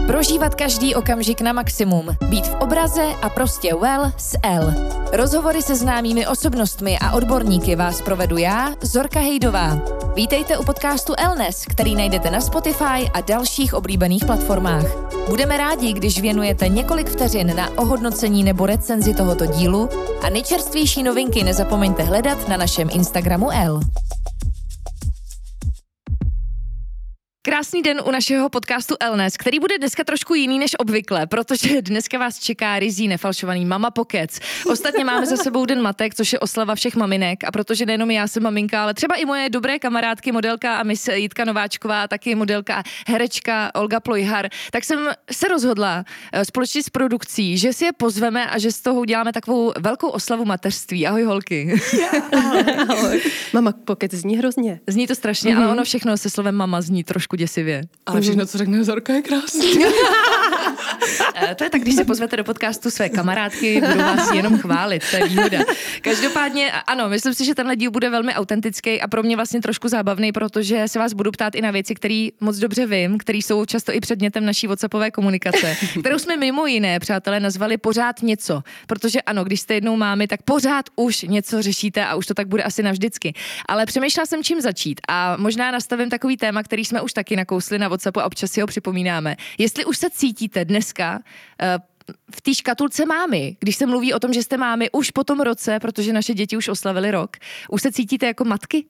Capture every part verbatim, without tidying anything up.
Prožívat každý okamžik na maximum. Být v obraze a prostě well s L. Rozhovory se známými osobnostmi a odborníky vás provedu já, Zorka Hejdová. Vítejte u podcastu Lnes, který najdete na Spotify a dalších oblíbených platformách. Budeme rádi, když věnujete několik vteřin na ohodnocení nebo recenzi tohoto dílu a nejčerstvější novinky nezapomeňte hledat na našem Instagramu L. Krásný den u našeho podcastu Lnes, který bude dneska trošku jiný než obvykle, protože dneska vás čeká ryzí nefalšovaný mama pokec. Ostatně máme za sebou Den matek, což je oslava všech maminek, a protože nejenom já jsem maminka, ale třeba i moje dobré kamarádky, modelka a miss Jitka Nováčková, a taky modelka a herečka Olga Plojhar, tak jsem se rozhodla společně s produkcí, že si je pozveme a že z toho uděláme takovou velkou oslavu mateřství. Ahoj holky. Ahoj. Ahoj. Mama pokec zní hrozně. Zní to strašně, mm-hmm. ale ono všechno se slovem mama zní trošku děsivě. Ale všechno, co řekne Zorka, je krásný. To je tak, když se pozvete do podcastu své kamarádky, budou vás jenom chválit, to je výhoda. Každopádně, ano, myslím si, že tenhle díl bude velmi autentický a pro mě vlastně trošku zábavný, protože se vás budu ptát i na věci, které moc dobře vím, které jsou často i předmětem naší WhatsAppové komunikace, kterou jsme mimo jiné, přátelé, nazvali pořád něco. Protože ano, když jste jednou mámy, tak pořád už něco řešíte a už to tak bude asi navždycky. Ale přemýšlela jsem, čím začít, a možná nastavím takový téma, který jsme už taky nakousli na WhatsAppu a občas si ho připomínáme. Jestli už se cítíte dneska uh, v té škatulce mámy, když se mluví o tom, že jste mámy už po tom roce, protože naše děti už oslavily rok, už se cítíte jako matky?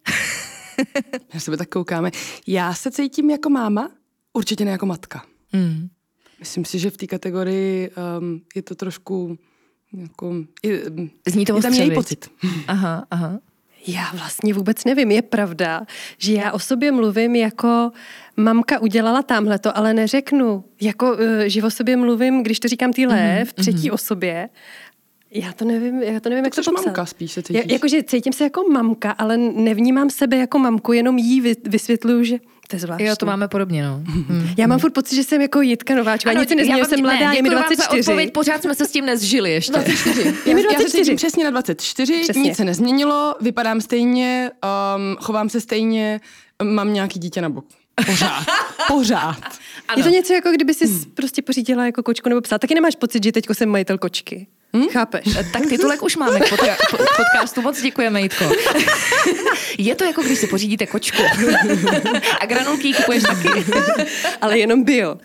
Já sebe tak koukáme. Já se cítím jako máma, určitě ne jako matka. Mm. Myslím si, že v té kategorii um, je to trošku jako... Je, Zní to je tam její pocit. Aha, aha. Já vlastně vůbec nevím. Je pravda, že já o sobě mluvím jako mamka udělala tamhleto, ale neřeknu. Jako, že o sobě mluvím, když to říkám týhle mm-hmm. v třetí mm-hmm. osobě. Já to nevím, já to nevím, tak jak to popsat. Mamka spíš se cítíš. Jakože cítím se jako mamka, ale nevnímám sebe jako mamku, jenom jí vysvětluju, že to je zvláštní. Jo, to máme podobně, no. Hmm. Já mám furt pocit, že jsem jako Jitka Nováčková. Nic si nezměnila, jsem mladá, ne, je mi dvacet čtyři. Odpověď, pořád jsme se s tím nezžili ještě. dvacet čtyři. Je mi dvacet čtyři. Já se cítím přesně na dvacet čtyři, přesně. Nic se nezměnilo, vypadám stejně, um, chovám se stejně, mám nějaký dítě na boku. Pořád. Pořád. Ano. Je to něco, jako kdyby jsi hmm. prostě pořídila jako kočku nebo psa. Taky nemáš pocit, že teďko jsem majitel kočky. Hmm? Chápeš? Tak titulek už máme k podca- podcastu. Moc děkujeme, Jitko. Je to jako když si pořídíte kočku. A granulky kupuješ taky. Ale jenom bio.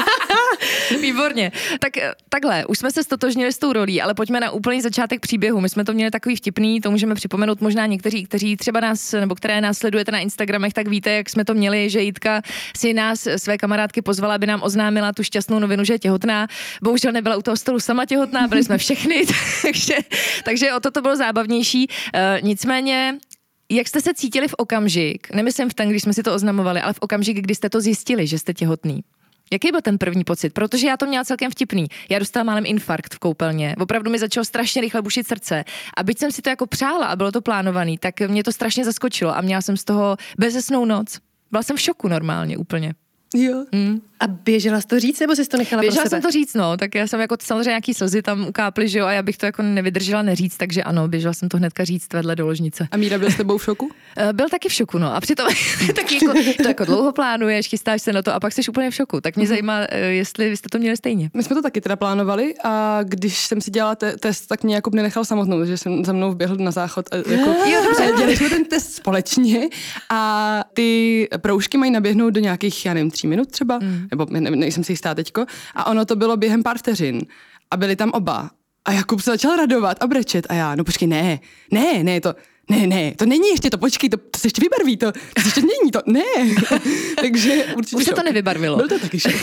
Výborně. Tak takhle, už jsme se stotožnili s tou rolí, ale pojďme na úplný začátek příběhu. My jsme to měli takový vtipný, to můžeme připomenout možná někteří, kteří třeba nás, nebo které nás sledujete na Instagramech, tak víte, jak jsme to měli, že Jitka si nás, své kamarádky, pozvala, aby nám oznámila tu šťastnou novinu, že je těhotná. Bohužel nebyla u toho stolu sama těhotná, byli jsme všechny, takže, takže o to to bylo zábavnější. E, nicméně, jak jste se cítili v okamžik, nemyslím v ten, když jsme si to oznamovali, ale v okamžik, kdy jste to zjistili, že jste těhotný? Jaký byl ten první pocit? Protože já to měla celkem vtipný. Já dostala málem infarkt v koupelně. Opravdu mi začalo strašně rychle bušit srdce. A byť jsem si to jako přála a bylo to plánovaný, tak mě to strašně zaskočilo a měla jsem z toho bezesnou noc. Byla jsem v šoku normálně úplně. Jo. Mm. A běžela jsi to říct, nebo jsi to nechala Běžela pro sebe? jsem to říct, no, tak já jsem jako samozřejmě nějaký slzy tam ukáply, že jo, a já bych to jako nevydržela neříct, takže ano, běžela jsem to hnedka říct vedle do ložnice. A Míra byl s tebou v šoku? Byl taky v šoku, no, a přitom taky jako, to jako dlouho plánuješ, chystáš se na to a pak jsi úplně v šoku, tak mě mm. zajímá, jestli vy jste to měli stejně. My jsme to taky teda plánovali a když jsem si dělala te- test, tak mě Jakub nenechal samotnou, že jsem za mnou vběhl na záchod a jako, jo, dobře. Dělali jsme ten test společně a ty proužky mají naběhnout do nějakých, já nevím, tří minut třeba, mm. nebo ne, nejsem si jistá teďko, a ono to bylo během pár vteřin a byli tam oba. A Jakub se začal radovat a brečet a já, no počkej, ne, ne, ne, to, ne, ne, to není ještě to, počkej, to, to se ještě vybarví, to, to se ještě není, to, ne. Takže určitě už se šok. to nevybarvilo. Byl to taky šok.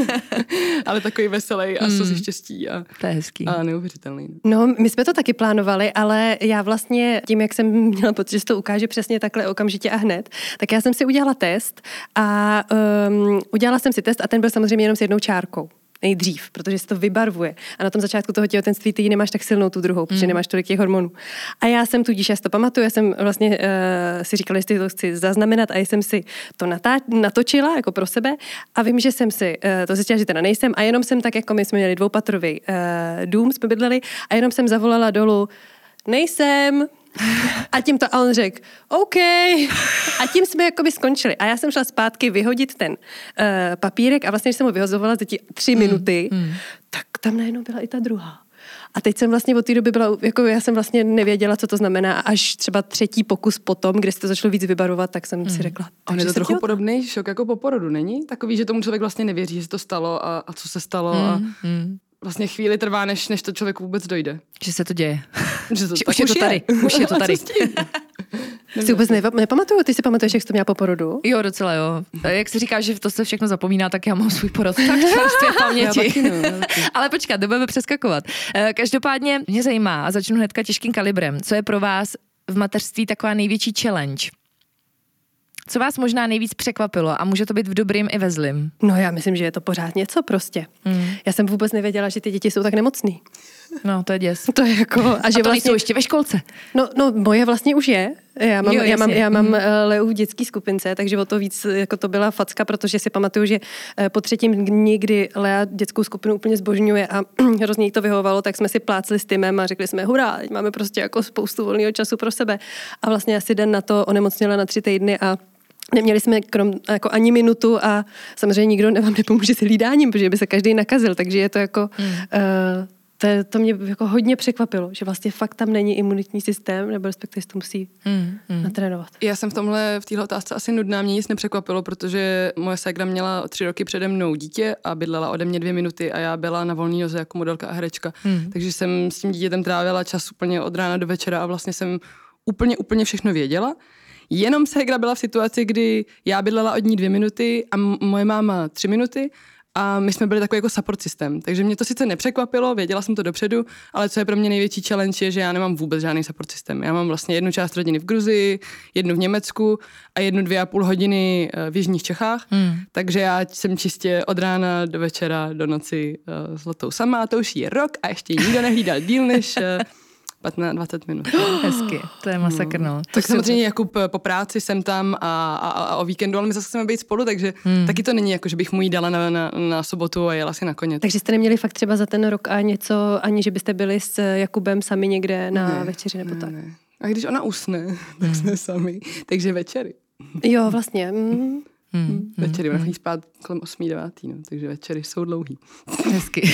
Ale takový veselý a slzy štěstí a, to je hezký. A neuvěřitelný. No, my jsme to taky plánovali, ale já vlastně tím, jak jsem měla pocit, že to ukáže přesně takhle okamžitě a hned, tak já jsem si udělala test a um, udělala jsem si test a ten byl samozřejmě jenom s jednou čárkou. Nejdřív, protože se to vybarvuje. A na tom začátku toho těhotenství ty ji nemáš tak silnou tu druhou, protože mm. nemáš tolik těch hormonů. A já jsem tudíž, já si to pamatuju, já jsem vlastně uh, si říkala, jestli to chci zaznamenat a jsem si to natá- natočila jako pro sebe a vím, že jsem si uh, to zjistila, že teda nejsem a jenom jsem tak, jako my jsme měli dvoupatrový uh, dům, jsme bydleli a jenom jsem zavolala dolů, nejsem, A tím to, a on řekl, OK. A tím jsme jakoby skončili. A já jsem šla zpátky vyhodit ten uh, papírek a vlastně, když jsem ho vyhozovala za ti tři mm, minuty, mm. tak tam najednou byla i ta druhá. A teď jsem vlastně od té doby byla, jako já jsem vlastně nevěděla, co to znamená, až třeba třetí pokus potom, kde se to začalo víc vybarovat, tak jsem mm. si řekla. On je to trochu podobný šok jako po porodu, není? Takový, že tomu člověk vlastně nevěří, že se to stalo a, a co se stalo mm. a vlastně chvíli trvá, než, než to člověku vůbec dojde. Že se to děje. Že, to, že už je to tady. Už je to tady. Si vůbec nepamatuju, ty si pamatuješ, jak jsi to měla po porodu? Jo, docela jo. Jak si říkáš, že to se všechno zapomíná, tak já mám svůj porod tak čerstvě paměti. No, ale počkat, budeme přeskakovat. Každopádně mě zajímá a začnu hnedka těžkým kalibrem. Co je pro vás v mateřství taková největší challenge? Co vás možná nejvíc překvapilo a může to být v dobrým i ve zlým? No já myslím, že je to pořád něco prostě. Mm. Já jsem vůbec nevěděla, že ty děti jsou tak nemocný. No, to je děs. To je jako... A, a že to vlastně, nejsou ještě ve školce. No, no moje vlastně už je. Já mám, jo, já mám, já mám mm. Leu v dětské skupince, takže o to víc jako to byla facka, protože si pamatuju, že po třetím dni, kdy Lea dětskou skupinu úplně zbožňuje a hrozně jí to vyhovovalo, tak jsme si plácli s Timem a řekli jsme, hurá, teď máme prostě jako spoustu volného času pro sebe. A vlastně asi den na to onemocněla na tři týdny a neměli jsme krom, jako ani minutu a samozřejmě nikdo vám nepomůže s hlídáním, protože by se každý nakazil, takže je to jako... Mm. Uh, To, to mě jako hodně překvapilo, že vlastně fakt tam není imunitní systém, nebo respektive to musí mm, mm. natrénovat. Já jsem v tomhle, v téhle otázce asi nudná, mě nic nepřekvapilo, protože moje ségra měla tři roky přede mnou dítě a bydlela ode mě dvě minuty a já byla na volný noze jako modelka a herečka. Mm. Takže jsem s tím dítětem trávila čas úplně od rána do večera a vlastně jsem úplně, úplně všechno věděla. Jenom ségra byla v situaci, kdy já bydlela od ní dvě minuty a m- moje máma tři minuty. A my jsme byli takový jako support systém, takže mě to sice nepřekvapilo, věděla jsem to dopředu, ale co je pro mě největší challenge je, že já nemám vůbec žádný support systém. Já mám vlastně jednu část rodiny v Gruzii, jednu v Německu a jednu dvě a půl hodiny v jižních Čechách, hmm. takže já jsem čistě od rána do večera, do noci uh, s Lotou sama a to už je rok a ještě nikdo nehlídal díl než... Uh, patnáct dvacet minut. Hezky, to je masakr, no. Tak to samozřejmě Jakub po práci jsem tam a, a, a o víkendu, ale my zase chceme být spolu, takže hmm. taky to není jako, že bych mu jí dala na, na, na sobotu a jela si na koně. Takže jste neměli fakt třeba za ten rok a něco, ani že byste byli s Jakubem sami někde na ne, večeři nebo ne, tak? Ne. A když ona usne, tak jsme hmm. sami, takže večery. Jo, vlastně. Mm. Hmm. Večery, ona chodí spát kolem osmý, devátý, no, takže večery jsou dlouhý. Hezky.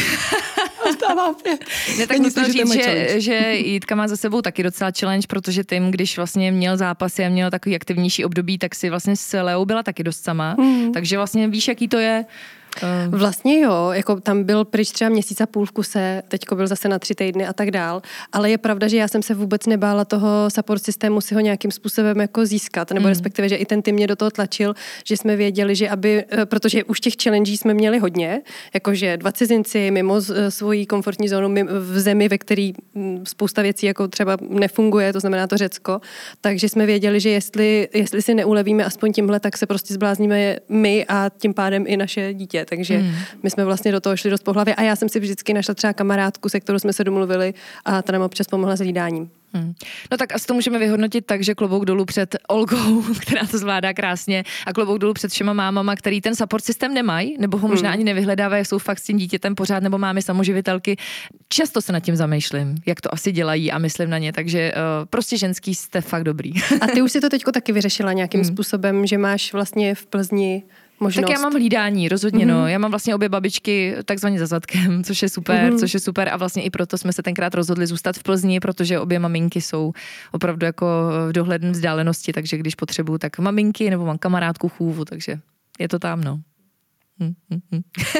Ostává pět. Ne, tak musím říct, že, že Jitka má za sebou taky docela challenge, protože Tim, když vlastně měl zápasy a měl takový aktivnější období, tak si vlastně s Leou byla taky dost sama. Mm. Takže vlastně víš, jaký to je. Uh. Vlastně jo, jako tam byl pryč třeba měsíc a půl v kuse, teďko byl zase na tři týdny a tak dál, ale je pravda, že já jsem se vůbec nebála toho support systému si ho nějakým způsobem jako získat, nebo mm. respektive, že i ten Tim mě do toho tlačil, že jsme věděli, že aby, protože už těch challenge jsme měli hodně, jakože dva cizinci mimo svoji komfortní zónu v zemi, ve který spousta věcí jako třeba nefunguje, to znamená to Řecko, takže jsme věděli, že jestli, jestli si neulevíme aspoň tímhle, tak se prostě zblázníme my a tím pádem i naše dítě. Takže hmm. my jsme vlastně do toho šli dost po hlavě a já jsem si vždycky našla třeba kamarádku, se kterou jsme se domluvili a ta nám občas pomohla s hlídáním. Hmm. No tak asi to můžeme vyhodnotit tak, že klobouk dolů před Olgou, která to zvládá krásně, a klobouk dolů před všema mámama, který ten support systém nemají, nebo ho možná hmm. ani nevyhledávají, jsou fakt s tím dítětem pořád, nebo mámy samoživitelky. Často se nad tím zamýšlím, jak to asi dělají a myslím na ně, takže uh, prostě ženský jste fakt dobrý. A ty už si to teďko taky vyřešila nějakým hmm. způsobem, že máš vlastně v Plzni možnost. Tak já mám hlídání, rozhodně, mm-hmm. no. Já mám vlastně obě babičky takzvaně za zadkem, což je super, mm-hmm. což je super a vlastně i proto jsme se tenkrát rozhodli zůstat v Plzni, protože obě maminky jsou opravdu jako v dohledné vzdálenosti, takže když potřebuju, tak maminky nebo mám kamarádku chůvu, takže je to tam, no. Hm, hm, hm.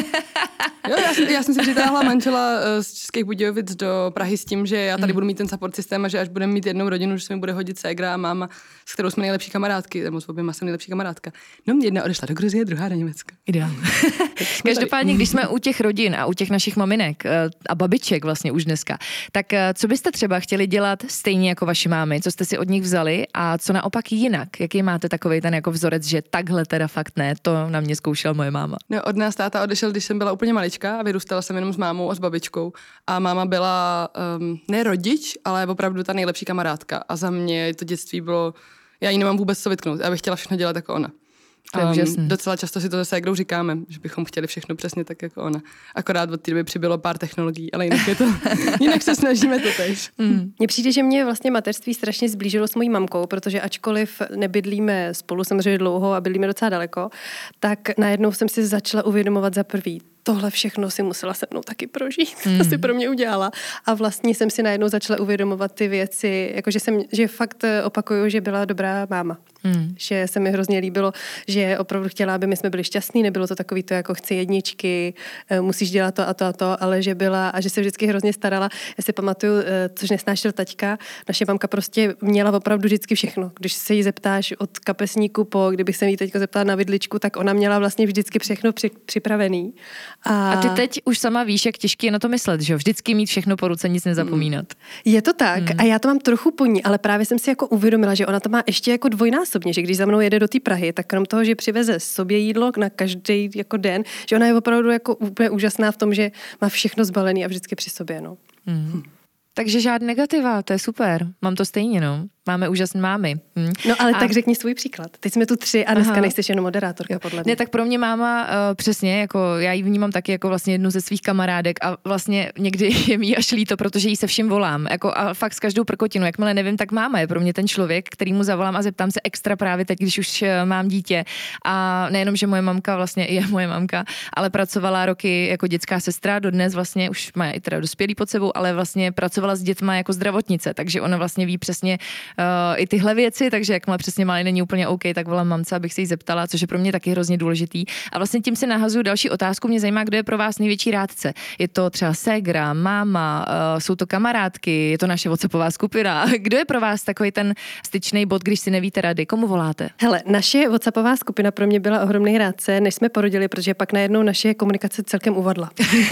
Jo, já, já jsem si přitáhla manžela z Českých Budějovic do Prahy s tím, že já tady mm. budu mít ten support systém a že až budeme mít jednou rodinu, že se mi bude hodit ségra a máma, s kterou jsme nejlepší kamarádky, nebo s oběma jsem nejlepší kamarádka. No, jedna odešla do Gruzie, druhá do Německa. Ideálně. Každopádně, když jsme u těch rodin a u těch našich maminek a babiček vlastně už dneska, tak co byste třeba chtěli dělat stejně jako vaši mámy? Co jste si od nich vzali a co naopak jinak? Jaký máte takovej ten jako vzorec, že takhle teda fakt ne, to na mě zkoušela moje máma. No, od nás táta odešel, když jsem byla úplně malička a vyrůstala jsem jenom s mámou a s babičkou. A máma byla um, ne rodič, ale opravdu ta nejlepší kamarádka. A za mě to dětství bylo, já jí nemám vůbec co vytknout. Já bych chtěla všechno dělat jako ona. To je úžasný. Docela často si to se ségrou říkáme, že bychom chtěli všechno přesně tak jako ona. Akorát od té doby přibylo pár technologií, ale jinak je to, jinak se snažíme to tež. Mm. Mně přijde, že mě vlastně mateřství strašně zblížilo s mojí mamkou, protože ačkoliv nebydlíme spolu samozřejmě dlouho a bydlíme docela daleko, tak najednou jsem si začala uvědomovat za prvý, tohle všechno si musela se mnou taky prožít. Mm. To si pro mě udělala. A vlastně jsem si najednou začala uvědomovat ty věci, jakože jsem, že fakt opakuju, že byla dobrá máma. Mm. Že se mi hrozně líbilo, že opravdu chtěla, aby my jsme byli šťastní, nebylo to takový to, jako chci jedničky, musíš dělat to a to a to, ale že byla a že se vždycky hrozně starala. Já si pamatuju, což nesnášel taťka, naše mamka prostě měla opravdu vždycky všechno. Když se jí zeptáš od kapesníku po, kdybych se jí teďko zeptala na vidličku, tak ona měla vlastně vždycky všechno při, připravený. A... a ty teď už sama víš, jak těžký je na to myslet, že jo? Vždycky mít všechno po ruce, nic nezapomínat. Je to tak mm. a já to mám trochu po ní, ale právě jsem si jako uvědomila, že ona to má ještě jako dvojnásobně, že když za mnou jede do té Prahy, tak krom toho, že přiveze sobě jídlo na každý jako den, že ona je opravdu jako úplně úžasná v tom, že má všechno zbalený a vždycky při sobě, no. Mm. Takže žádný negativa, to je super. Mám to stejně, no. Máme úžasné mámy. Hm. No ale a... tak řekni svůj příklad. Teď jsme tu tři a dneska Aha. nejsi jenom moderátorka, podle mě. Ne, tak pro mě máma uh, přesně, jako já ji vnímám taky jako vlastně jednu ze svých kamarádek a vlastně někdy je mi až líto, protože jí se vším volám. Jako a fakt s každou prkotinu, jakmile nevím, tak máma je pro mě ten člověk, který mu zavolám a zeptám se extra právě teď, když už uh, mám dítě. A nejenom, že moje mamka vlastně je moje mamka, ale pracovala roky jako dětská sestra, dodnes vlastně už má i teda dospělý pod sebou, ale vlastně pracovala s dětma jako zdravotnice, takže ona vlastně ví přesně Uh, i tyhle věci, takže jakmile přesně malý není úplně OK, tak volám mamce, abych se jí zeptala, což je pro mě taky hrozně důležitý. A vlastně tím se nahazuju další otázku. Mě zajímá, kdo je pro vás největší rádce. Je to třeba ségra, máma, uh, jsou to kamarádky, je to naše WhatsAppová skupina. Kdo je pro vás takový ten styčný bod, když si nevíte rady? Komu voláte? Hele, naše WhatsAppová skupina pro mě byla ohromný rádce, než jsme porodili, protože pak najednou naše komunikace celkem uvadla.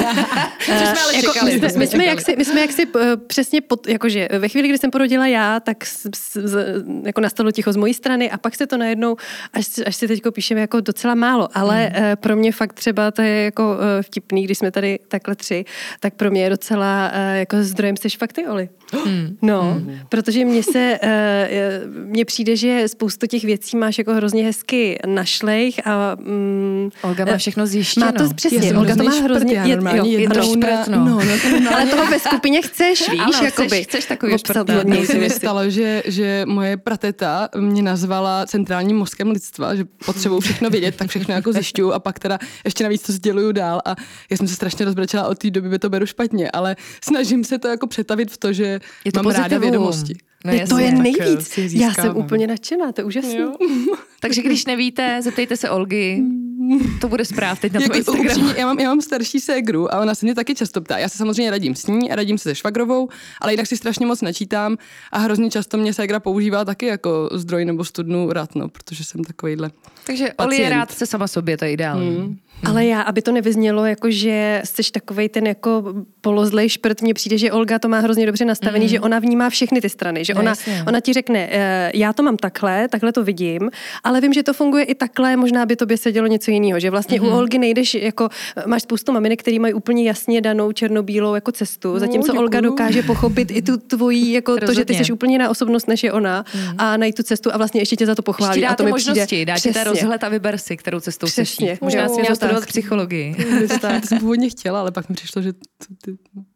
My jsme jaksi, my jsme jaksi uh, přesně pod, jakože ve chvíli, kdy jsem porodila já, tak s, z, jako nastalo ticho z mojí strany a pak se to najednou, až, až si teďko píšeme jako docela málo, ale hmm. uh, pro mě fakt třeba to je jako uh, vtipný, když jsme tady takhle tři, tak pro mě je docela uh, jako zdrojem seš fakt ty, Oli. Hmm. No, hmm. protože mně se, uh, mně přijde, že spoustu těch věcí máš jako hrozně hezky našlejch a um, Olga má všechno zjištěno. Má to přesně, Olga to má hrozně, je, jo, je to šprt, no. no, no ale toho ve skupině chceš, víš, ano, jakoby. Chceš, chceš takový šprt. Mně se mi stalo, že, že moje prateta mě nazvala centrálním mozkem lidstva, že potřebuju všechno vědět, tak všechno jako zjišťuju a pak teda ještě navíc to sděluju dál a já jsem se strašně rozbrečela, od té doby by to beru špatně, ale snažím se to jako přetavit v to, že je to mám ráda vědomosti. No je, to je nejvíc. Já jsem úplně nadšená, to je úžasné. Takže když nevíte, zeptejte se Olgy. To bude zpráv teď na tvém Instagramu. Upřímně, já, mám, já mám starší ségru a ona se mě taky často ptá. Já se samozřejmě radím s ní a radím se se švagrovou, ale jinak si strašně moc načítám a hrozně často mě ségra používá taky jako zdroj nebo studnu rad, no, protože jsem takovejhle Takže pacient. Oli je rád se sama sobě, to je ideální. Hmm. Ale já, aby to nevyznělo, jako že jsi takovej ten jako polozlej šprt, mně přijde, že Olga to má hrozně dobře nastavený, mm. že ona vnímá všechny ty strany, že no, ona, ona ti řekne, já to mám takhle, takhle to vidím, ale vím, že to funguje i takhle, možná by tobě se dělo něco jiného, že vlastně mm. u Olgy nejdeš, jako máš spoustu maminek, který mají úplně jasně danou černobílou jako cestu, zatímco no, Olga dokáže pochopit i tu tvojí, jako to, že ty jsi úplně jiná osobnost, než je ona mm. a najít tu cestu a vlastně ještě tě za to pochválí. Dá a to mi možnosti, přijde, dá ti ta rozhled a vyber si, kterou cestou chceš jít. Možná si měla studovat psychologii. To jsem původně chtěla, ale pak mi přišlo, že ty...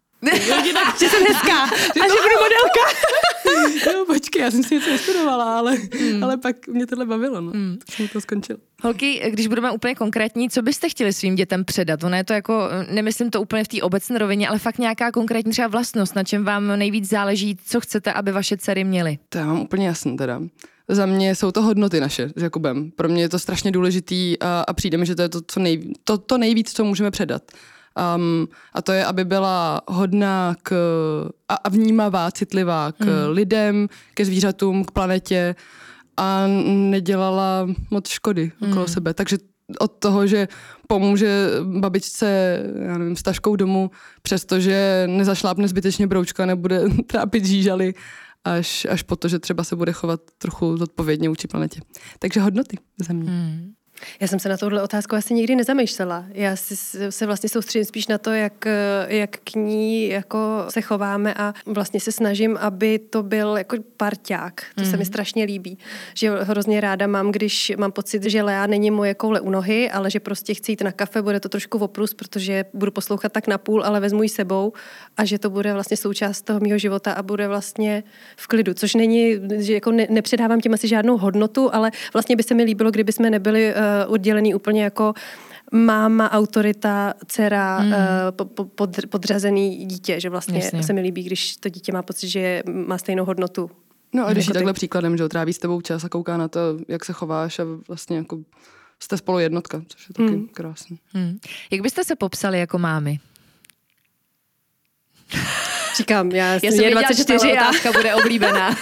že jsem hezká a že budu modelka. No, počkej, já jsem si něco vystudovala, ale, mm. ale pak mě tohle bavilo, no. Mm. Jsem to skončil. Holky, když budeme úplně konkrétní, co byste chtěli svým dětem předat? Ono je to jako, nemyslím to úplně v té obecné rovině, ale fakt nějaká konkrétní třeba vlastnost, na čem vám nejvíc záleží, co chcete, aby vaše dcery měly? To já mám úplně jasný teda. Za mě jsou to hodnoty naše s Jakubem. Pro mě je to strašně důležitý a, a přijde mi, že to je to, co nej, to, to nejvíc, co můžeme předat. Um, a to je, aby byla hodná k, a, a vnímavá, citlivá k mm. lidem, ke zvířatům, k planetě a nedělala moc škody mm. okolo sebe. Takže od toho, že pomůže babičce, já nevím, s taškou domů, přestože nezašlápne zbytečně broučka, nebude trápit žížaly, až, až po to, že třeba se bude chovat trochu zodpovědně vůči planetě. Takže hodnoty za mě. Hmm. Já jsem se na touhle otázku asi nikdy nezamýšlela. Já si, se vlastně soustředím spíš na to, jak, jak k ní jako se chováme a vlastně se snažím, aby to byl jako parťák. To mm. se mi strašně líbí. Že hrozně ráda mám, když mám pocit, že Lea není moje koule u nohy, ale že prostě chci jít na kafe, bude to trošku oprus, protože budu poslouchat tak napůl, ale vezmu ji sebou a že to bude vlastně součást toho mýho života a bude vlastně v klidu, což není, že jako ne, nepředávám tím asi žádnou hodnotu, ale vlastně by se mi líbilo, kdyby jsme nebyli oddělený úplně jako máma, autorita, dcera, mm. uh, pod, podřazený dítě, že vlastně Jasně. se mi líbí, když to dítě má pocit, že má stejnou hodnotu. No a když je takhle příkladem, že tráví s tebou čas a kouká na to, jak se chováš a vlastně jako jste spolu jednotka, což je taky mm. krásný. Mm. Jak byste se popsali jako mámy? Říkám, já, já jsem věděla, dvacet čtyři že ta otázka bude oblíbená.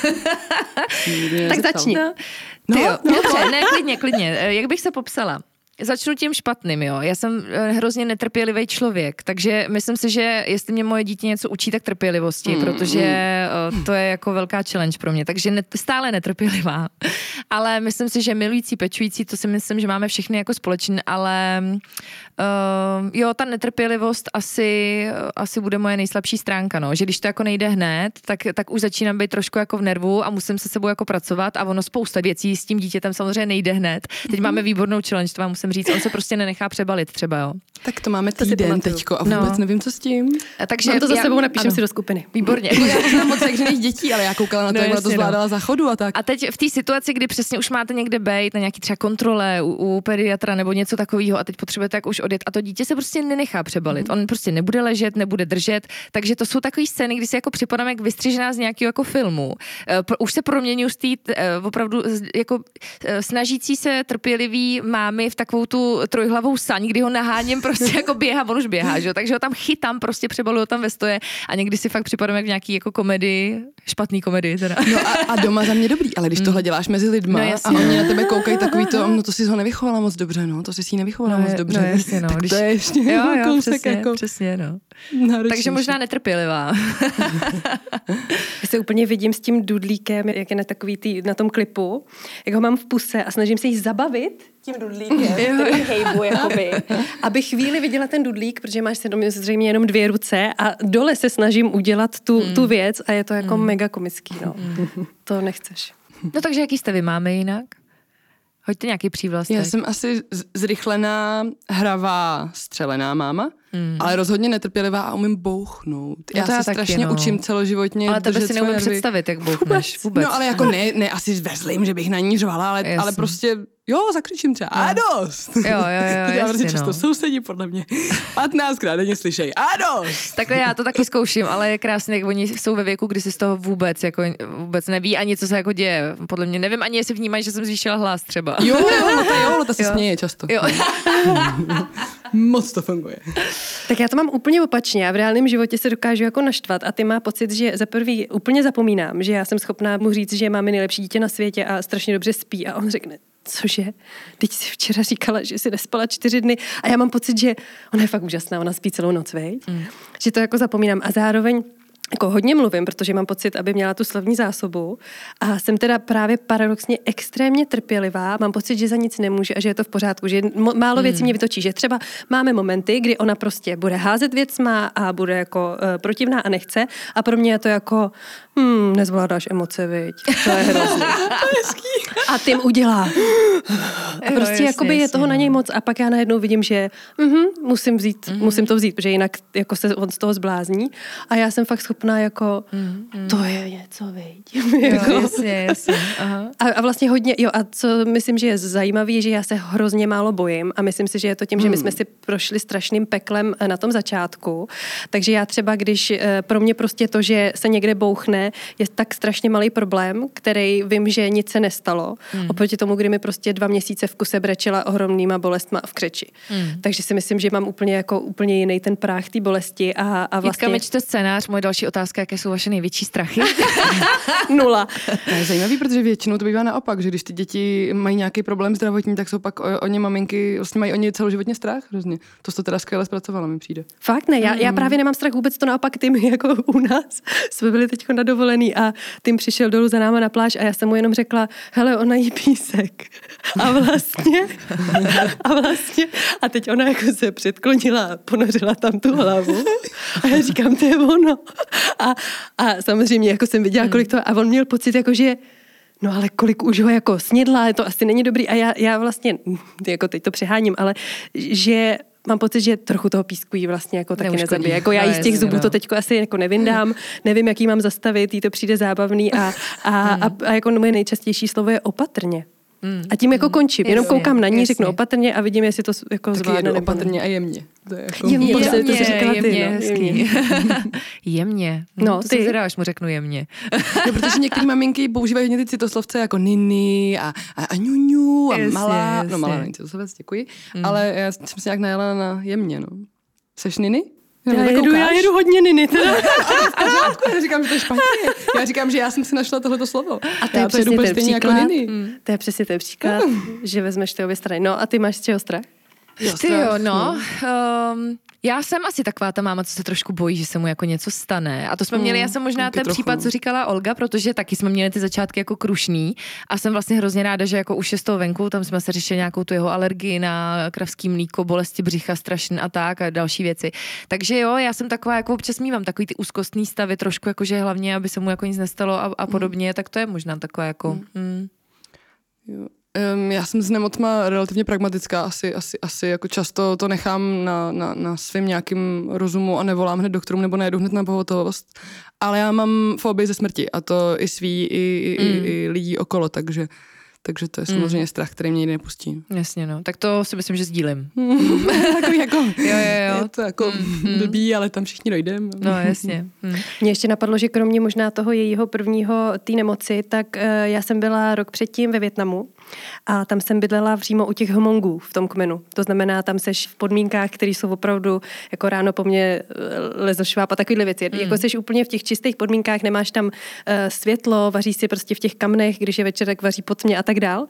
Tak začni. No, no, jo, no, dobře, ne, klidně, klidně. Jak bych se popsala? Začnu tím špatným, jo. Já jsem hrozně netrpělivý člověk, takže myslím si, že jestli mě moje dítě něco učí, tak trpělivosti, mm, protože mm. to je jako velká challenge pro mě, takže ne, stále netrpělivá. Ale myslím si, že milující, pečující, to si myslím, že máme všechny jako společný, ale uh, jo, ta netrpělivost asi, asi bude moje nejslabší stránka, no. Že když to jako nejde hned, tak, tak už začínám být trošku jako v nervu a musím se sebou jako pracovat a ono spousta věcí s tím dítětem samozřejmě nejde hned. Teď mm. máme výbornou challenge, to vám musím říct, on se prostě nenechá přebalit třeba, jo. Tak to máme týden teďko a vůbec no. nevím, co s tím. A takže mám to za sebou, napíšem ano. si do skupiny. Výborně. Já znám moc jakžených dětí, ale já koukala na to, no, jak ona to zvládala no. za chodu a tak. A teď v té situaci, kdy přesně už máte někde bejt na nějaký třeba kontrole u, u pediatra nebo něco takového a teď potřebujete jak už odjet a to dítě se prostě nenechá přebalit. Mm. On prostě nebude ležet, nebude držet, takže to jsou takové scény, kdy si jako připadám jak vystřižená z nějakého jako filmu. Uh, už se proměňuji z té uh, opravdu jako uh, snažící se trpělivý mámy v takovou tu trojhlavou saň, kdy ho naháním prostě jako běhá, on už běhá, že jo? Takže ho tam chytám, prostě přebaluju tam ve stoje a někdy si fakt připadám jak v nějaký jako komedii, špatný komedii teda. No a, a doma za mě dobrý, ale když mm. tohle děláš mezi lidma no, a oni na tebe koukají takový to, no to jsi ho nevychovala moc dobře, no, to jsi si nevychovala no, moc dobře. No, jasně, no. Tak když... to je ještě jo, jo, kousek přesně, jako... přesně, no. Náročnější. Takže možná netrpělivá. Já se úplně vidím s tím dudlíkem, jak je na takový tý, na tom klipu, jak ho mám v puse a snažím se jí zabavit tím dudlíkem, který hejbu, jakoby. Aby chvíli viděla ten dudlík, protože máš zřejmě jenom dvě ruce a dole se snažím udělat tu, mm. tu věc a je to jako mm. mega komický, no. Mm. To nechceš. No takže jaký jste vy máme jinak? Hoďte nějaký přívlastek. Já jsem asi zrychlená, hravá, střelená máma, mm. ale rozhodně netrpělivá a umím bouchnout. No já se já strašně taky, no. učím celoživotně. Ale tebe si neumím představit, jak bouchneš. Vůbec. No ale jako ne, ne asi vezlím, že bych na ní řvala, ale, ale prostě jo, zakřičím třeba. A dost! Jo, jo, jo, já jasně, často no. sousedí podle mě. patnáctkrát denně slyšej. A dost! Takhle já to taky zkouším, ale je krásně, jak oni jsou ve věku, kdy si z toho vůbec, jako, vůbec neví ani, co se jako děje. Podle mě nevím ani, jestli vnímají, že jsem zvýšila hlas třeba. Jo, jo, Lota, jo, Lota se směje často. Jo. Moc to funguje. Tak já to mám úplně opačně. Já v reálném životě se dokážu jako naštvat a ty má pocit, že za prvý úplně zapomínám, že já jsem schopná mu říct, že máme nejlepší dítě na světě a strašně dobře spí a on řekne, cože? Teď jsi včera říkala, že jsi nespala čtyři dny a já mám pocit, že ona je fakt úžasná, ona spí celou noc, veď? Mm. Že to jako zapomínám a zároveň jako hodně mluvím, protože mám pocit, aby měla tu slovní zásobu a jsem teda právě paradoxně extrémně trpělivá, mám pocit, že za nic nemůže a že je to v pořádku, že málo věcí mě vytočí, že třeba máme momenty, kdy ona prostě bude házet věcma a bude jako uh, protivná a nechce a pro mě je to jako hmm, nezvládáš emoce, viď? To je hrozný. A tím udělá. A prostě jo, jakoby je toho na něj moc a pak já najednou vidím, že uh-huh, musím vzít, uh-huh. musím to vzít, protože jinak jako se on z toho zblázní a já jsem fakt schopná jako uh-huh. to je něco, viď? Jo, jako. jasně, jasně. Aha. A, a vlastně hodně, jo a co myslím, že je zajímavé, že já se hrozně málo bojím a myslím si, že je to tím, hmm. že my jsme si prošli strašným peklem na tom začátku, takže já třeba, když pro mě prostě to, že se někde bouchne, je tak strašně malý problém, který vím, že nic se nestalo, hmm. oproti tomu, kdy mi prostě dva měsíce v kuse brečela ohromnýma bolestma v křeči. Hmm. Takže si myslím, že mám úplně jako úplně jiný ten práh té bolesti a, a vlastně... Jitka, mi čte scénář, moje další otázka, jaké jsou vaše největší strachy? Nula. To je zajímavý, protože většinou to bývá naopak, že když ty děti mají nějaký problém zdravotní, tak jsou pak o, o ně maminky, vlastně mají o ně celoživotně strach hrozně. To jsi teda skvěle zpracovala, mi přijde. Fakt ne, já, já právě nemám strach vůbec, to naopak Tim jako u nás. Jsme byli teďko na dovolený a Tim přišel dolů za náma na pláž a já jsem mu jenom řekla, hele, ona jí písek. A vlastně vlastně. A vlastně, a teď ona jako se předklonila a ponořila tam tu hlavu. A já říkám, to je ono. A, a samozřejmě jako jsem viděla, kolik to, a on měl pocit, jako že no ale kolik už ho jako snědla, to asi není dobrý. A já, já vlastně, jako teď to přeháním, ale že mám pocit, že trochu toho písku jí vlastně jako taky Neuškodí. nezabije. Jako já No, jí z těch jasně, zubů no. to teďko asi jako nevyndám, nevím, jak jí mám zastavit, jí to přijde zábavný a, a, a, a jako moje nejčastější slovo je opatrně. Mm. A tím jako končím. Jenom Jasně, koukám na ní, jasně. řeknu opatrně a vidím, jestli to jako Taky zvládne. jedu nebo ne. opatrně a jemně. To je jako Jemně, pořád. to jsi říkala ty, jemně, no, hezký. jemně. Jemně. No, No, to ty. se zvědá, až mu řeknu jemně. No, protože některé maminky používají hodně ty citoslovce jako niny a, a, a ňuňu a Jasně, malá. jasně. No malá není citoslovec, děkuji. Mm. Ale já jsem se nějak najela na jemně, no. Seš niny? Já Na to jedu, koukáš? já jedu hodně niny. Teda. Já říkám, že to je špatně. Já říkám, že já jsem si našla tohleto slovo. A to je já to jedu přesně úplně ten stejně jako příklad. niny. Mm. To je přesně ten příklad, že vezmeš ty obě strany. No a ty máš z čeho strach? Jo, Ty jo, strach, no. Um, já jsem asi taková ta máma, co se trošku bojí, že se mu jako něco stane. A to jsme měli, já jsem možná taky ten trochu. případ, co říkala Olga, protože taky jsme měli ty začátky jako krušný a jsem vlastně hrozně ráda, že jako už je z toho venku, tam jsme se řešili nějakou tu jeho alergii na kravský mlíko, bolesti břicha strašný a tak a další věci. Takže jo, já jsem taková, jako občas mívám takový ty úzkostný stavy trošku, jakože hlavně, aby se mu jako nic nestalo a, a podobně, tak to je možná taková jako... Mm. Jo. Um, já jsem s nemocma relativně pragmatická, asi, asi, asi jako často to nechám na, na, na svým nějakým rozumu a nevolám hned doktorům nebo nejedu hned na pohotovost. Ale já mám fobii ze smrti a to i svý, i, i, Mm. i, i lidí okolo, takže, takže to je samozřejmě strach, který mě nikdy nepustí. Jasně, no. Tak to si myslím, že sdílím. Takový jako, Jo, jo, jo. je to jako Mm. blbý, ale tam všichni dojdeme. No, jasně. Mm. Mně ještě napadlo, že kromě možná toho jejího prvního té nemoci, tak uh, já jsem byla rok předtím ve Vietnamu a tam jsem bydlela přímo u těch homongů v tom kmenu. To znamená, tam seš v podmínkách, které jsou opravdu jako ráno po mně uh, lezošváp a takovýhle věci. Mm. Jako seš úplně v těch čistých podmínkách, nemáš tam uh, světlo, vaří si prostě v těch kamnech, když je večer, tak vaří pod mě a tak dál.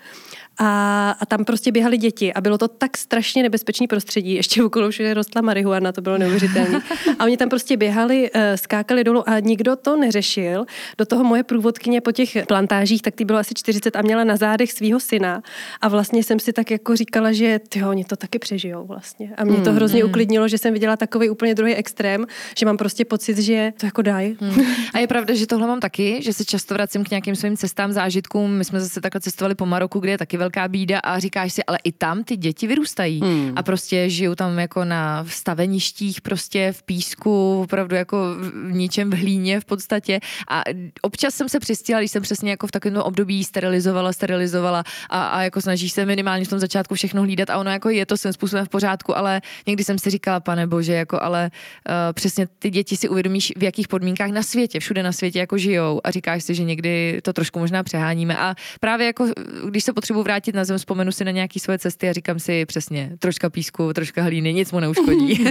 A, a tam prostě běhali děti a bylo to tak strašně nebezpečný prostředí. Ještě okolo všude rostla marihuana, to bylo neuvěřitelné. A oni tam prostě běhali, uh, skákali dolů a nikdo to neřešil. Do toho moje průvodkyně po těch plantážích, tak ty bylo asi čtyřicet a měla na zádech svého syna. A vlastně jsem si tak jako říkala, že tyjo, oni to taky přežijou vlastně. A mě to hrozně uklidnilo, že jsem viděla takový úplně druhý extrém, že mám prostě pocit, že to jako dají. Hmm. A je pravda, že tohle mám taky, že se často vracím k nějakým svým cestám, zážitkům. My jsme zase takhle cestovali po Maroku, kde je taky velká bída a říkáš si, ale i tam ty děti vyrůstají hmm. a prostě žijou tam jako na staveništích, prostě v písku, opravdu jako v ničem v hlíně v podstatě. A občas jsem se přistihla, když jsem přesně jako v takovém období sterilizovala, sterilizovala a, a jako snažíš se minimálně v tom začátku všechno hlídat a ono jako je to svým způsobem v pořádku, ale někdy jsem si říkala, pane bože, jako ale uh, přesně ty děti si uvědomíš, v jakých podmínkách na světě, všude na světě jako žijou a říkáš si, že někdy to trošku možná přeháníme a právě jako když se potřebuji vrátit na zem, vzpomenu si na nějaké svoje cesty a říkám si přesně, troška písku, troška hlíny, nic mu neuškodí.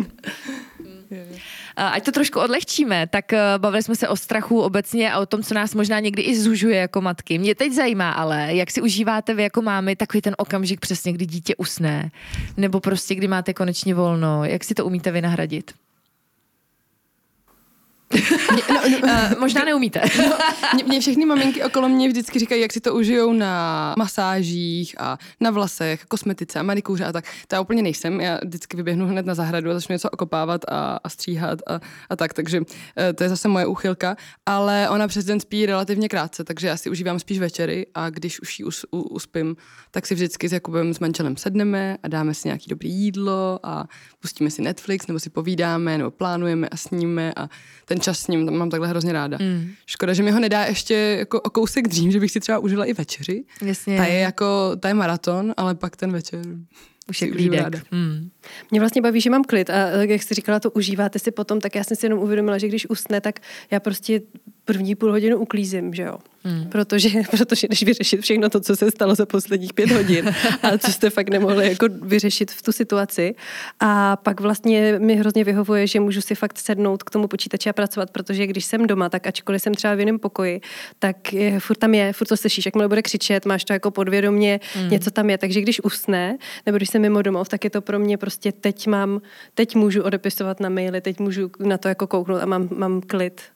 Ať to trošku odlehčíme, tak bavili jsme se o strachu obecně a o tom, co nás možná někdy i zužuje jako matky. Mě teď zajímá ale, jak si užíváte vy jako mámy takový ten okamžik přesně, kdy dítě usne, nebo prostě kdy máte konečně volno, jak si to umíte vy nahradit? no, no, uh, možná neumíte. no, mě, mě všechny maminky okolo mě vždycky říkají, jak si to užijou na masážích a na vlasech, kosmetice a manikúře a tak. To já úplně nejsem. Já vždycky vyběhnu hned na zahradu a začnu něco okopávat a, a stříhat a, a tak. Takže uh, to je zase moje úchylka. Ale ona přes den spí relativně krátce, takže já si užívám spíš večery a když už ji us, u, uspím, tak si vždycky s Jakubem s manželem sedneme a dáme si nějaký dobrý jídlo a pustíme si Netflix nebo si povídáme nebo plánujeme a sníme a ten čas s ním mám takhle hrozně ráda. Mm. Škoda, že mi ho nedá ještě jako o kousek dřív, že bych si třeba užila i večeři. Jasně. Ta je jako, ta je maraton, ale pak ten večer už je klídek. Mm. Mě vlastně baví, že mám klid a jak jsi říkala, to užíváte si potom, tak já jsem si jenom uvědomila, že když usne, tak já prostě první půl hodinu uklízím, že jo. Hmm. Protože, protože když vyřešit všechno to, co se stalo za posledních pět hodin a co jste fakt nemohli jako vyřešit v tu situaci. A pak vlastně mi hrozně vyhovuje, že můžu si fakt sednout k tomu počítači a pracovat, protože když jsem doma, tak ačkoliv jsem třeba v jiném pokoji, tak je, furt tam je, furt to slyšíš, jakmile bude křičet, máš to jako podvědomě, hmm. něco tam je. Takže když usne, nebo když jsem mimo domov, tak je to pro mě prostě teď mám, teď můžu odepisovat na maily, teď můžu na to jako kouknout a mám, mám klid.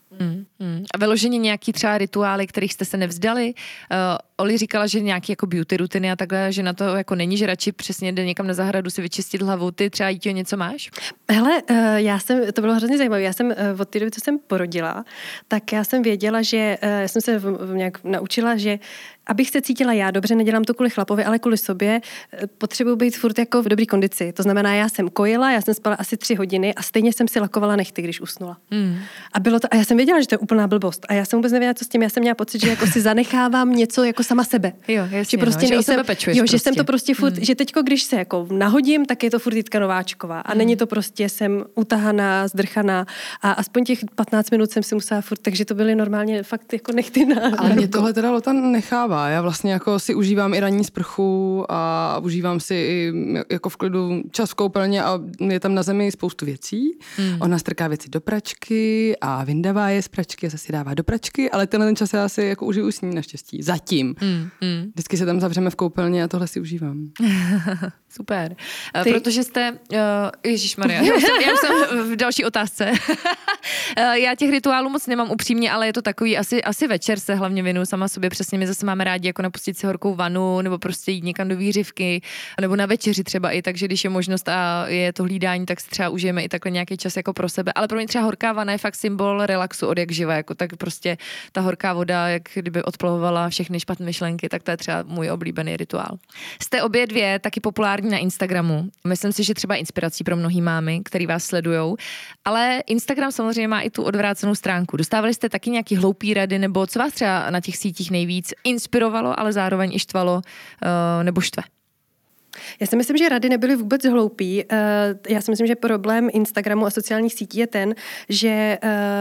Hmm, hmm. A vyloženě nějaký třeba rituály, kterých jste se nevzdali? Uh, Oli říkala, že nějaký jako beauty rutiny a takhle, že na to jako není, že radši přesně jde někam na zahradu si vyčistit hlavu. Ty třeba Jíťo něco máš? Hele, uh, já jsem, to bylo hrozně zajímavé, já jsem uh, od té doby, co jsem porodila, tak já jsem věděla, že uh, já jsem se v, v nějak naučila, že abych se cítila já dobře, nedělám to kvůli chlapovi, ale kvůli sobě, potřebuji být furt jako v dobré kondici. To znamená, já jsem kojila, já jsem spala asi tři hodiny a stejně jsem si lakovala nehty, když usnula. Mm. A bylo to, a já jsem věděla, že to je úplná blbost. A já jsem vůbec nevěděla, co s tím. Já jsem měla pocit, že jako si zanechávám něco jako sama sebe. Jo, jasně, že prostě no, nejsem, že o sebe pečuješ jo, prostě. že jsem to prostě furt, mm. že teďko, když se jako nahodím, tak je to furt Jitka Nováčková. A mm. není to prostě, jsem utahaná, zdrchaná a aspoň těch patnáct minut jsem si musela furt, takže to byly normálně fakt jako nechty na. Ale mě tohle teda Lota nechává. Já vlastně jako si užívám i ranní sprchu a užívám si i jako v klidu čas v koupelně a je tam na zemi spoustu věcí. Hmm. Ona strká věci do pračky a vyndává je z pračky a zase dává do pračky, ale tenhle ten čas já si jako užiju s ní naštěstí. Zatím. Hmm. Hmm. Vždycky se tam zavřeme v koupelně a tohle si užívám. Super. Ty... Protože jste... Uh, ježišmarja, já, já jsem v další otázce. Já těch rituálů moc nemám upřímně, ale je to takový, asi, asi večer se hlavně věnuju sama sobě. Přesně my zase máme rádi jako napustit si horkou vanu, nebo prostě jít někam do výřivky, nebo na večeři třeba i, takže když je možnost a je to hlídání, tak si třeba užijeme i takhle nějaký čas jako pro sebe. Ale pro mě třeba horká vana je fakt symbol relaxu od jak živa, jako tak prostě ta horká voda, jak kdyby odplavovala všechny špatné myšlenky, tak to je třeba můj oblíbený rituál. Jste obě dvě taky populární na Instagramu. Myslím si, že třeba inspirací pro mnohý mámy, který vás sledujou, ale Instagram samozřejmě má i tu odvrácenou stránku. Dostávali jste taky nějaký hloupý rady, nebo co vás třeba na těch sítích nejvíc inspirovalo, ale zároveň i štvalo uh, nebo štve? Já si myslím, že rady nebyly vůbec hloupý. Já si myslím, že problém Instagramu a sociálních sítí je ten, že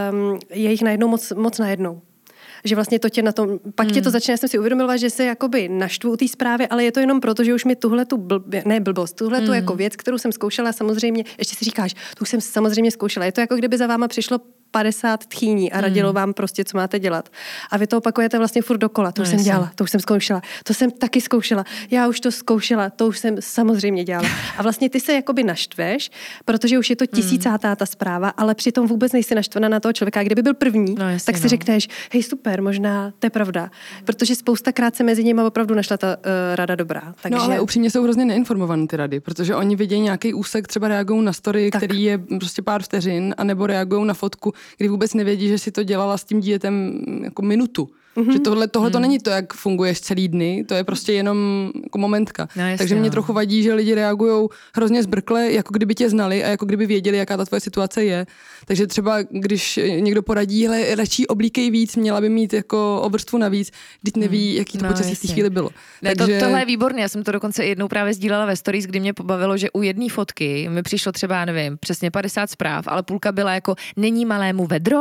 je jich najednou moc, moc najednou. Že vlastně to tě na tom, pak hmm. tě to začne, já jsem si uvědomila, že se jakoby naštvu u té zprávy, ale je to jenom proto, že už mi tuhle tu blb, ne blbost, tuhle tu hmm. jako věc, kterou jsem zkoušela, samozřejmě, ještě si říkáš, tu jsem samozřejmě zkoušela. Je to jako kdyby za váma přišlo padesát tchýní a radilo vám prostě, co máte dělat. A vy to opakujete vlastně furt dokola. To už no, jsem dělala, to už jsem zkoušela, to jsem taky zkoušela, já už to zkoušela, to už jsem samozřejmě dělala. A vlastně ty se jakoby naštveš, protože už je to tisícátá ta zpráva, ale přitom vůbec nejsi naštvaná na toho člověka. Kdyby byl první, no, jasně, tak si no. řekneš, hej super, možná to je pravda. Protože spoustakrát se mezi nimi opravdu našla ta uh, rada dobrá. Takže... No ale upřímně jsou hrozně neinformované ty rady, protože oni vidějí nějaký úsek, třeba reagují na story, tak. který je prostě pár vteřin, anebo reagují na fotku, kdy vůbec nevědí, že si to dělala s tím dítětem jako minutu. Mm-hmm. Že tohle, tohle to mm. není to, jak funguješ celý dny, to je prostě jenom jako momentka. No, jasně, Takže mě no. trochu vadí, že lidi reagují hrozně zbrkle, jako kdyby tě znali a jako kdyby věděli, jaká ta tvoje situace je. Takže třeba, když někdo poradí, hele, radši oblíkej víc, měla by mít jako obrstvu navíc, když neví, jaký to no, počasí v té chvíli bylo. Ne, Takže... to, tohle je výborné, já jsem to dokonce jednou právě sdílela ve stories, kdy mě pobavilo, že u jedné fotky mi přišlo třeba, nevím, přesně padesát zpráv, ale půlka byla jako, není malému vedro?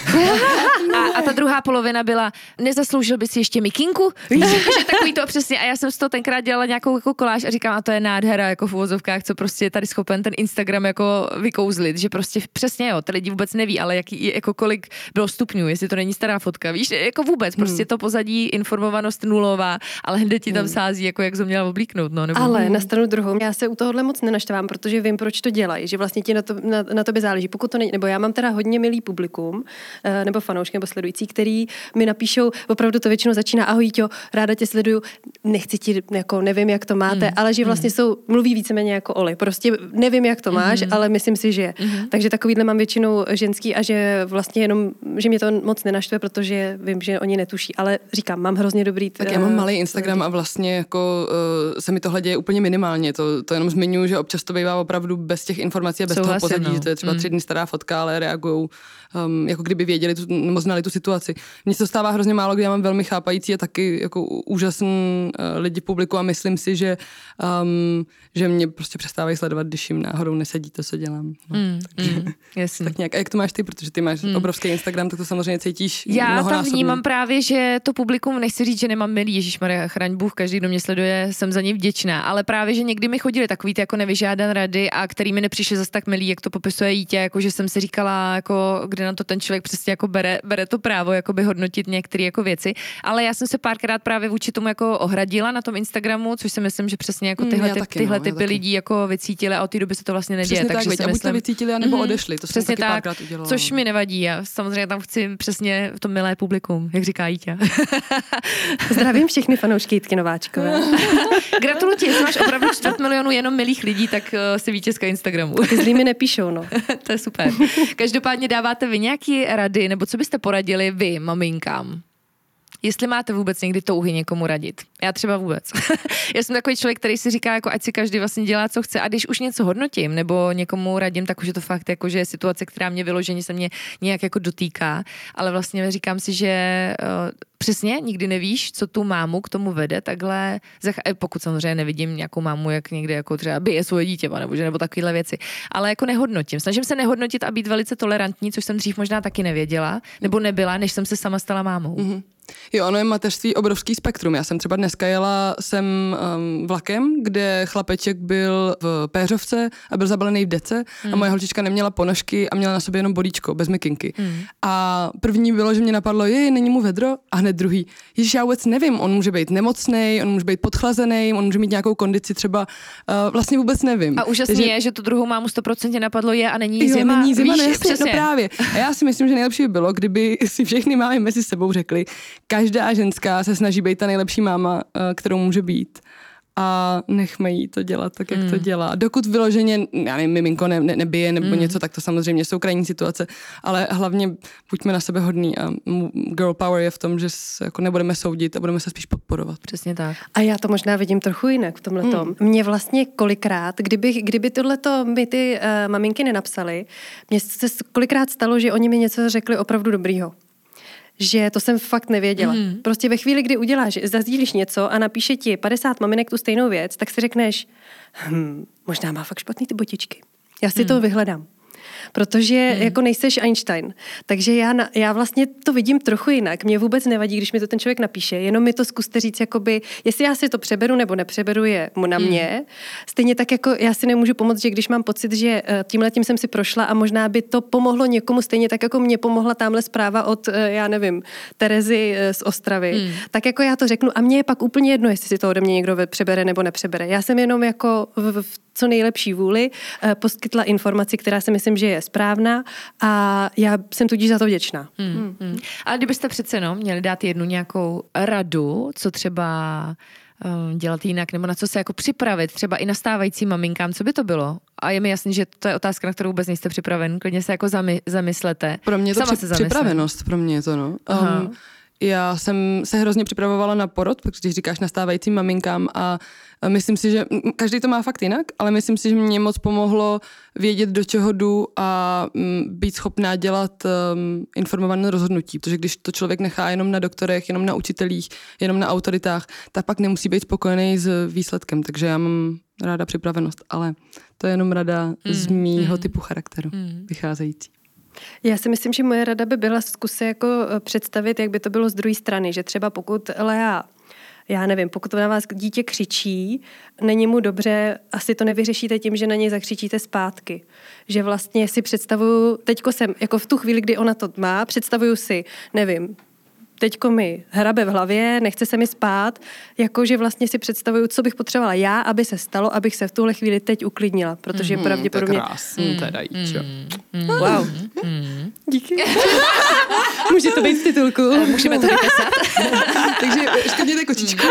a, a ta druhá polovina byla, nezasloužil by si ještě mikinku? Víš, že takový to přesně. A já jsem z toho tenkrát dělala nějakou jako koláž a říkám, a to je nádhera jako v uvozovkách, co prostě je tady schopen ten Instagram jako vykouzlit, že prostě přesně jo, ty lidi vůbec neví, ale jaký, jako kolik bylo stupňů, jestli to není stará fotka, víš, jako vůbec, prostě hmm. to pozadí informovanost nulová, ale hned ti tam hmm. sází, jako jak jsi měla oblíknout, no. Nebo... Ale na stranu druhou, já se u tohohle moc nenaštvám, protože vím, proč to dělají, že vlastně ti na, to, na, na tobě záleží, pokud to není, nebo já mám teda hodně milý publikum, nebo fanoušky, nebo sledující, který mi napíšou, opravdu to většinou začíná, ahoj Jíťo, ráda tě sleduju, nechci ti, jako nevím, jak to máte, mm. ale že vlastně mm. jsou, mluví víceméně jako Oli, prostě nevím, jak to máš, mm. ale myslím si, že je. Mm. Takže takovýhle mám většinou ženský a že vlastně jenom, že mě to moc nenaštve, protože vím, že oni netuší, ale říkám, mám hrozně dobrý... Tak já mám malý Instagram a vlastně jako uh, se mi tohle děje úplně minimálně, to, to jenom zmiňuji, že občas to bývá opravdu bez těch informací a bez Souhlasím, toho pozadí, no. že to je třeba mm. tři dny stará fotka, ale reagujou um, jako kdyby věděli, tu, nebo znali tu situaci. Mně se to stává hrozně málo, kdy já mám velmi chápající a taky jako úžasný uh, lidi v publiku a myslím si, že, um, že mě prostě přestávají sledovat, když jim náhodou nesedí to, co dělám. No, mm, takže, mm, jasně. Tak nějak, a jak to máš ty, protože ty máš mm. obrovský Instagram, tak to samozřejmě cítíš Já mnohonásobně. tam vnímám právě, že to publikum, nechci říct, že nemám milý, ježišmarja, chraň Bůh, každý, kdo mě sleduje, jsem za ně vděčná, ale právě, že někdy mi chodily takový ty jako nevyžádan rady a který mi nepřišly zase tak milý, jak to popisuje Jítě, jako že jsem si říkala, jako kde na to ten člověk přesně jako bere, bere to právo, jako by hodnotit některé jako věci, ale já jsem se párkrát právě vůči tomu jako ohradila na tom Instagramu, což si myslím, že přesně jako tyhle, ty, taky, tyhle no, typy lidí jako vycítili a od té doby se to vlastně neděje. Přesně takže tak, si a buď to myslím, vycítili, anebo mm-hmm, odešli, to jsem taky tak, párkrát udělala. Což mi nevadí, já samozřejmě tam chci přesně v tom milé publikum, jak říká Jítě. Zdravím všechny fanoušky Jitky Nováčkové. Gratuluji ti, jestli máš opravdu čtvrt milionu jenom milých lidí, tak uh, si vítězka Instagramu. Ty zlý mi nepíšou, no. To je super. Každopádně dáváte vy nějaký rady, nebo co byste poradili vy maminkám? Jestli máte vůbec někdy touhy někomu radit. Já třeba vůbec. Já jsem takový člověk, který si říká, jako ať si každý vlastně dělá, co chce. A když už něco hodnotím nebo někomu radím, tak už je to fakt jako, že je situace, která mě vyloženě se mě nějak jako dotýká. Ale vlastně říkám si, že uh, přesně nikdy nevíš, co tu mámu k tomu vede, takhle, pokud samozřejmě nevidím nějakou mámu, jak někde jako třeba bije svoje dítě, nebo, že, nebo takovéhle věci. Ale jako nehodnotím. Snažím se nehodnotit a být velice tolerantní, což jsem dřív možná taky nevěděla, nebo nebyla, než jsem se sama stala mámou. Mm-hmm. Jo, ono je mateřství obrovský spektrum. Já jsem třeba dneska jela sem um, vlakem, kde chlapeček byl v péřovce a byl zabalený v dece mm. a moje holčička neměla ponožky a měla na sobě jenom bodíčko, bez mikinky. Mm. A první bylo, že mě napadlo, je, není mu vedro, a hned druhý. Ježiš, já vůbec nevím, on může být nemocnej, on může být podchlazený, on může mít nějakou kondici třeba, uh, vlastně vůbec nevím. A úžasně Takže... je, že tu druhou mámu sto procent napadlo je a není jo, zima. Není zima, víš, ne, jasně, přesně. No právě. A já si myslím, že nejlepší by bylo, kdyby si všechny mámy mezi sebou řekly, každá ženská se snaží být ta nejlepší máma, kterou může být. A nechme jí to dělat tak, jak mm. to dělá. Dokud vyloženě, já nevím, miminko ne, ne, nebije nebo mm. něco, tak to samozřejmě jsou krajní situace, ale hlavně buďme na sebe hodný a girl power je v tom, že se jako nebudeme soudit a budeme se spíš podporovat. Přesně tak. A já to možná vidím trochu jinak v tomhletom. Mm. Mně vlastně kolikrát, kdyby, kdyby tohleto mi ty uh, maminky nenapsaly, mně se kolikrát stalo, že oni mi něco řekli opravdu dobrýho. Že to jsem fakt nevěděla. Mm. Prostě ve chvíli, kdy uděláš, zazdílíš něco a napíše ti padesát maminek tu stejnou věc, tak si řekneš, hm, možná má fakt špatný ty botičky. Já si mm. to vyhledám. Protože hmm. jako nejseš Einstein. Takže já, na, já vlastně to vidím trochu jinak. Mně vůbec nevadí, když mi to ten člověk napíše. Jenom mi to zkuste říct, jakoby, jestli já si to přeberu nebo nepřeberu, je mu na mě. Hmm. Stejně tak, jako já si nemůžu pomoct, že když mám pocit, že tímhletím jsem si prošla a možná by to pomohlo někomu, stejně tak, jako mě pomohla tamhle zpráva od, já nevím, Terezy z Ostravy. Hmm. Tak jako já to řeknu a mně je pak úplně jedno, jestli si to ode mě někdo přebere nebo nepřebere. Já jsem jenom jako v, v co nejlepší vůli poskytla informaci, která si myslím, že je správná a já jsem tudíž za to vděčná. Hmm, hmm. Hmm. Ale kdybyste přece no, měli dát jednu nějakou radu, co třeba um, dělat jinak, nebo na co se jako připravit, třeba i nastávajícím maminkám, co by to bylo? A je mi jasný, že to je otázka, na kterou vůbec nejste připraven. Klidně se jako zamy, zamyslete. Pro mě je to Sama při- připravenost, pro mě je to, no. Um, já jsem se hrozně připravovala na porod, protože když říkáš nastávajícím maminkám a myslím si, že každý to má fakt jinak, ale myslím si, že mě moc pomohlo vědět, do čeho jdu a být schopná dělat um, informované rozhodnutí, protože když to člověk nechá jenom na doktorech, jenom na učitelích, jenom na autoritách, tak pak nemusí být spokojený s výsledkem, takže já mám ráda připravenost, ale to je jenom rada mm, z mýho mm, typu charakteru mm. vycházející. Já si myslím, že moje rada by byla zkusit jako představit, jak by to bylo z druhé strany, že třeba pokud Lea, já nevím, pokud na vás dítě křičí, není mu dobře, asi to nevyřešíte tím, že na něj zakřičíte zpátky. Že vlastně si představuju, teďko jsem, jako v tu chvíli, kdy ona to má, představuju si, nevím, teďko mi hrabe v hlavě, nechce se mi spát, jakože vlastně si představuju, co bych potřebovala já, aby se stalo, abych se v tuhle chvíli teď uklidnila, protože mm, pravděpodobně... To je krásný, mm, teda jíčo. Mm, wow. Mm. Díky. Může to být v titulku. Můžeme to vypesat. Takže škodněte kočičku.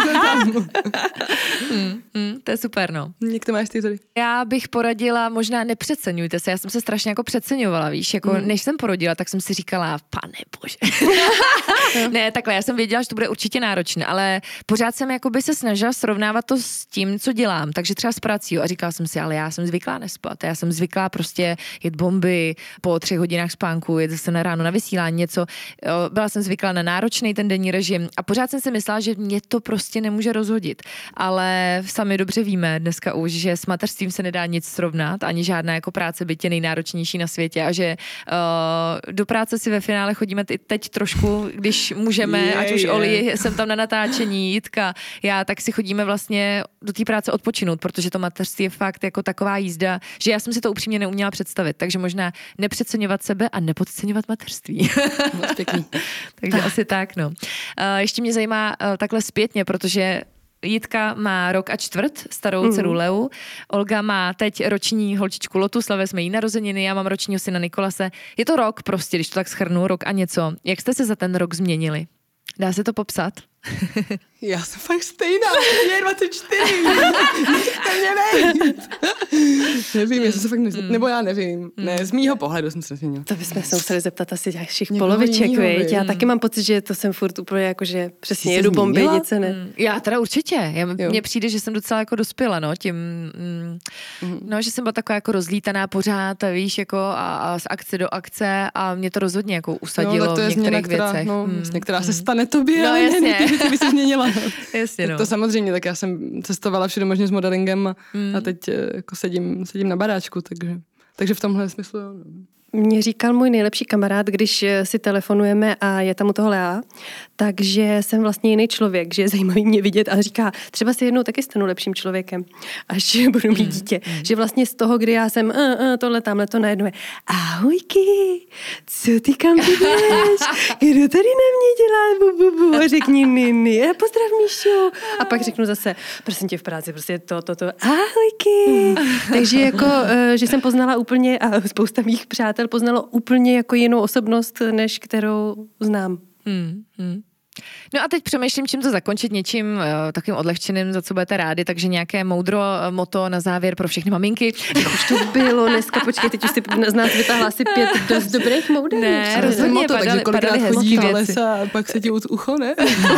mm, mm, to je super, no. Jak to máš ty tady? Já bych poradila, možná nepřeceňujte se, já jsem se strašně jako přeceňovala, víš, jako mm. než jsem porodila, tak jsem si říkala, pane bože. Ne, takhle, já jsem věděla, že to bude určitě náročné, ale pořád jsem jakoby se snažila srovnávat to s tím, co dělám, takže třeba s prací a říkala jsem si, ale já jsem zvyklá nespat, já jsem zvyklá prostě jet bomby po třech hodinách spánku, jet zase na ráno na vysílání, něco, byla jsem zvyklá na náročný ten denní režim a pořád jsem si myslela, že mě to prostě nemůže rozhodit, ale sami dobře dobře víme dneska už, že s mateřstvím se nedá nic srovnat, ani žádná jako práce byť je nejnáročnější na světě a že uh, do práce si ve finále chodíme i teď trošku, když můžeme, je, ať už je. Oli, jsem tam na natáčení, Jitka, já, tak si chodíme vlastně do té práce odpočinout, protože to mateřství je fakt jako taková jízda, že já jsem si to upřímně neuměla představit, takže možná nepřeceňovat sebe a nepodceňovat mateřství. Moc pěkný. Takže tak. Asi tak, no. Uh, ještě mě zajímá uh, takhle zpětně, protože Jitka má rok a čtvrt, starou mm. dceru Leu. Olga má teď roční holčičku Lotu, slavili jsme jí narozeniny, já mám ročního syna Nikolase. Je to rok prostě, když to tak shrnu, rok a něco. Jak jste se za ten rok změnili? Dá se to popsat? Já jsem fakt stejná, mě je dvacet čtyři. Mě nevím, já jsem se fakt nezměnila. Mm. Nebo já nevím. Mm. Ne, z mýho pohledu jsem se nezměnila. To bychom se museli zeptat asi všech poloviček, viď? Já taky mám pocit, že to jsem furt úplně jako, že přesně jedu bombidice, ne? Mm. Já teda určitě. Mně přijde, že jsem docela jako dospěla, no, tím, mm, mm. no, že jsem byla taková jako rozlítaná pořád, víš, jako a, a z akce do akce a mě to rozhodně jako usadilo no, v některých změna, která, věcech. No, mm. která mm. se stane tobě, no, ale jasně. ne, ty, ty by se změnila. Jasně, no. Tak to samozřejmě, tak já jsem cestovala všude možně s modelingem a, mm. a teď jako sedím, sedím na baráčku, takže, takže v tomhle smyslu jo. Mně říkal můj nejlepší kamarád, když si telefonujeme a je tam u toho Lea, takže jsem vlastně jiný člověk, že je zajímavý mě vidět a říká, třeba si jednou taky stanu lepším člověkem, až budu mít dítě. Mm. Že vlastně z toho, kdy já jsem uh, uh, tohle, tamhle, to najednou je ahojky, co ty kam ty jdeš? Kdo tady na mě dělá bu, bu, bu? A řekni Nini, a pozdrav Míšu. A pak řeknu zase, prosím tě v práci, prostě to, to, to, ahojky. Takže jako, uh, že jsem poznala úplně a spousta mých přátel poznalo úplně jako jinou osobnost, než kterou znám. Hmm, hmm. No a teď přemýšlím, čím to zakončit, něčím uh, takovým odlehčeným, za co budete rádi, takže nějaké moudro uh, moto na závěr pro všechny maminky. Už to bylo dneska, počkej, teď už si z nás vytáhla asi pět dost dobrých moudel. Ne, rozhodně, moto, padaly, takže kolikrát padaly chodí do věci. lesa a pak se ti ucho, ne?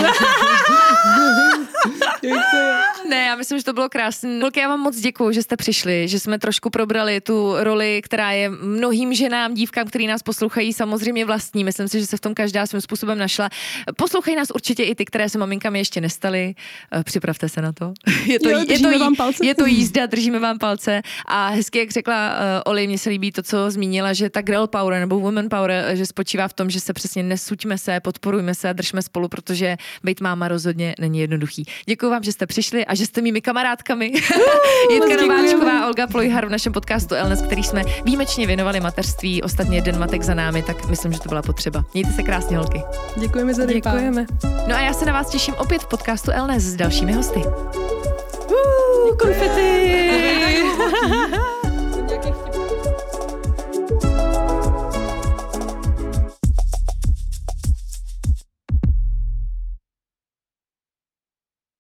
Ne, já myslím, že to bylo krásné. Holky, já vám moc děkuju, že jste přišli, že jsme trošku probrali tu roli, která je mnohým ženám, dívkám, který nás poslouchají, samozřejmě vlastní. Myslím si, že se v tom každá svým způsobem našla. Poslouchají nás určitě i ty, které se maminkami ještě nestaly. Připravte se na to. Je to, jo, je to, vám palce. je to jízda, držíme vám palce. A hezky, jak řekla uh, Oli, mně se líbí to, co zmínila, že ta girl power nebo woman power, že spočívá v tom, že se přesně nesuďme se, podporujme se a držme spolu, protože být máma rozhodně není jednoduchý. Děkuji vám, že jste přišli a že jste mými kamarádkami. Jitka Nováčková, Olga Plojhar v našem podcastu Elnes, který jsme výjimečně věnovali mateřství, ostatně Den matek za námi, tak myslím, že to byla potřeba. Mějte se krásně, holky. Děkujeme za dejpá. Děkujeme. No a já se na vás těším opět v podcastu Elnes s dalšími hosty. Uh, konfety!